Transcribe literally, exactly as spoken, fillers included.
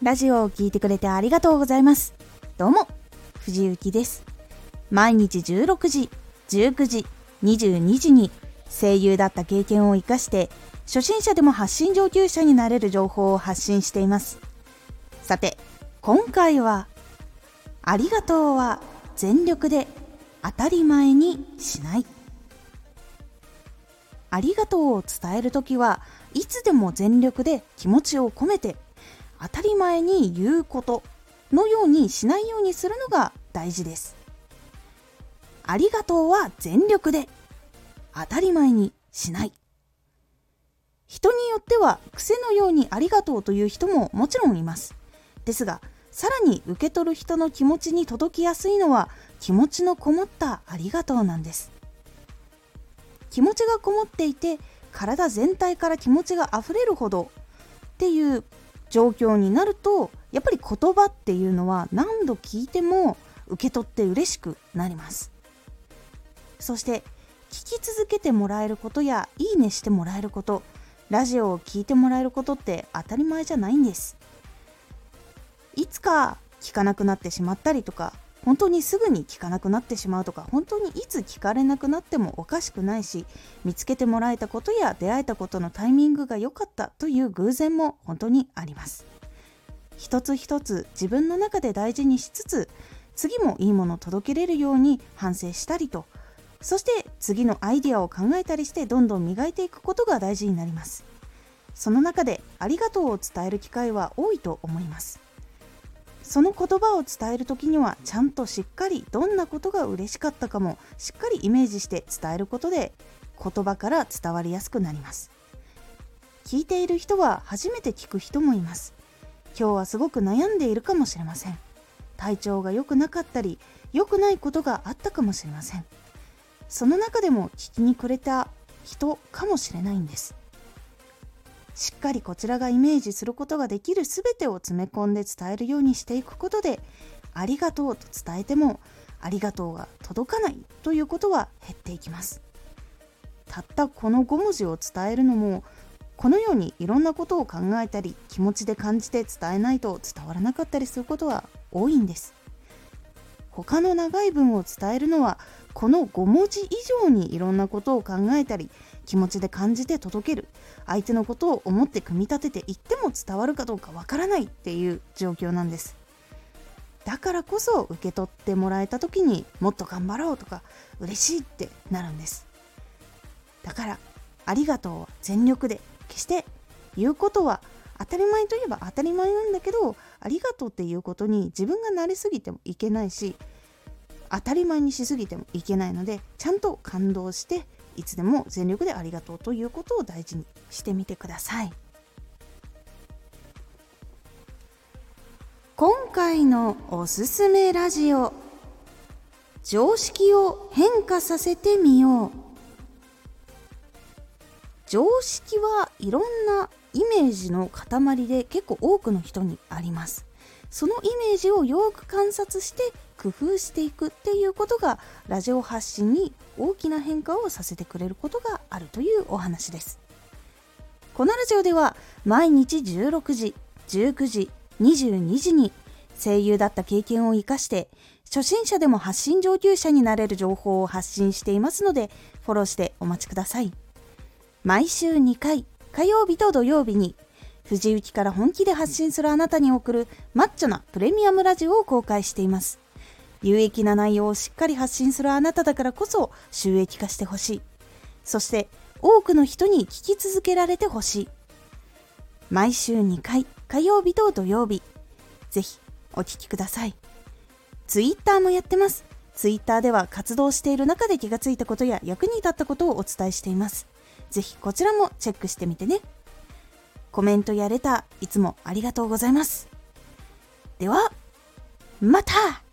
ラジオを聞いてくれてありがとうございます。どうも、藤幸です。毎日じゅうろくじ、じゅうくじ、にじゅうにじに声優だった経験を生かして初心者でも発信上級者になれる情報を発信しています。さて、今回はありがとうは全力で当たり前にしない。ありがとうを伝えるときはいつでも全力で気持ちを込めて当たり前に言うことのようにしないようにするのが大事です。ありがとうは全力で当たり前にしない。人によっては癖のようにありがとうという人ももちろんいます。ですが、さらに受け取る人の気持ちに届きやすいのは気持ちのこもったありがとうなんです。気持ちがこもっていて体全体から気持ちがあふれるほどっていう状況になると、やっぱり言葉っていうのは何度聞いても受け取って嬉しくなります。そして聞き続けてもらえることやいいねしてもらえること、ラジオを聞いてもらえることって当たり前じゃないんです。いつか聞かなくなってしまったりとか、本当にすぐに聞かなくなってしまうとか、本当にいつ聞かれなくなってもおかしくないし、見つけてもらえたことや出会えたことのタイミングが良かったという偶然も本当にあります。一つ一つ自分の中で大事にしつつ、次もいいものを届けれるように反省したりと、そして次のアイディアを考えたりしてどんどん磨いていくことが大事になります。その中でありがとうを伝える機会は多いと思います。その言葉を伝えるときにはちゃんとしっかりどんなことが嬉しかったかもしっかりイメージして伝えることで、言葉から伝わりやすくなります。聞いている人は初めて聞く人もいます。今日はすごく悩んでいるかもしれません。体調が良くなかったり良くないことがあったかもしれません。その中でも聞きにくれた人かもしれないんです。しっかりこちらがイメージすることができるすべてを詰め込んで伝えるようにしていくことで、ありがとうと伝えてもありがとうが届かないということは減っていきます。たったこのご文字を伝えるのも、このようにいろんなことを考えたり気持ちで感じて伝えないと伝わらなかったりすることは多いんです。他の長い文を伝えるのはこのご文字以上にいろんなことを考えたり気持ちで感じて届ける、相手のことを思って組み立てていっても伝わるかどうかわからないっていう状況なんです。だからこそ受け取ってもらえた時にもっと頑張ろうとか嬉しいってなるんです。だからありがとうは全力で、決して言うことは当たり前といえば当たり前なんだけど、ありがとうっていうことに自分が慣れすぎてもいけないし、当たり前にしすぎてもいけないので、ちゃんと感動していつでも全力でありがとうということを大事にしてみてください。今回のおすすめラジオ、常識を変化させてみよう。常識はいろんなイメージの塊で結構多くの人にあります。そのイメージをよく観察して工夫していくっていうことがラジオ発信に大きな変化をさせてくれることがあるというお話です。このラジオでは毎日じゅうろくじ、じゅうくじ、にじゅうにじに声優だった経験を生かして初心者でも発信上級者になれる情報を発信していますので、フォローしてお待ちください。毎週にかい、火曜日と土曜日に藤雪から本気で発信するあなたに送るマッチョなプレミアムラジオを公開しています。有益な内容をしっかり発信するあなただからこそ収益化してほしい。そして多くの人に聞き続けられてほしい。毎週にかい、火曜日と土曜日、ぜひお聞きください。ツイッターもやってます。ツイッターでは活動している中で気がついたことや役に立ったことをお伝えしています。ぜひこちらもチェックしてみてね。コメントやレターいつもありがとうございます。ではまた。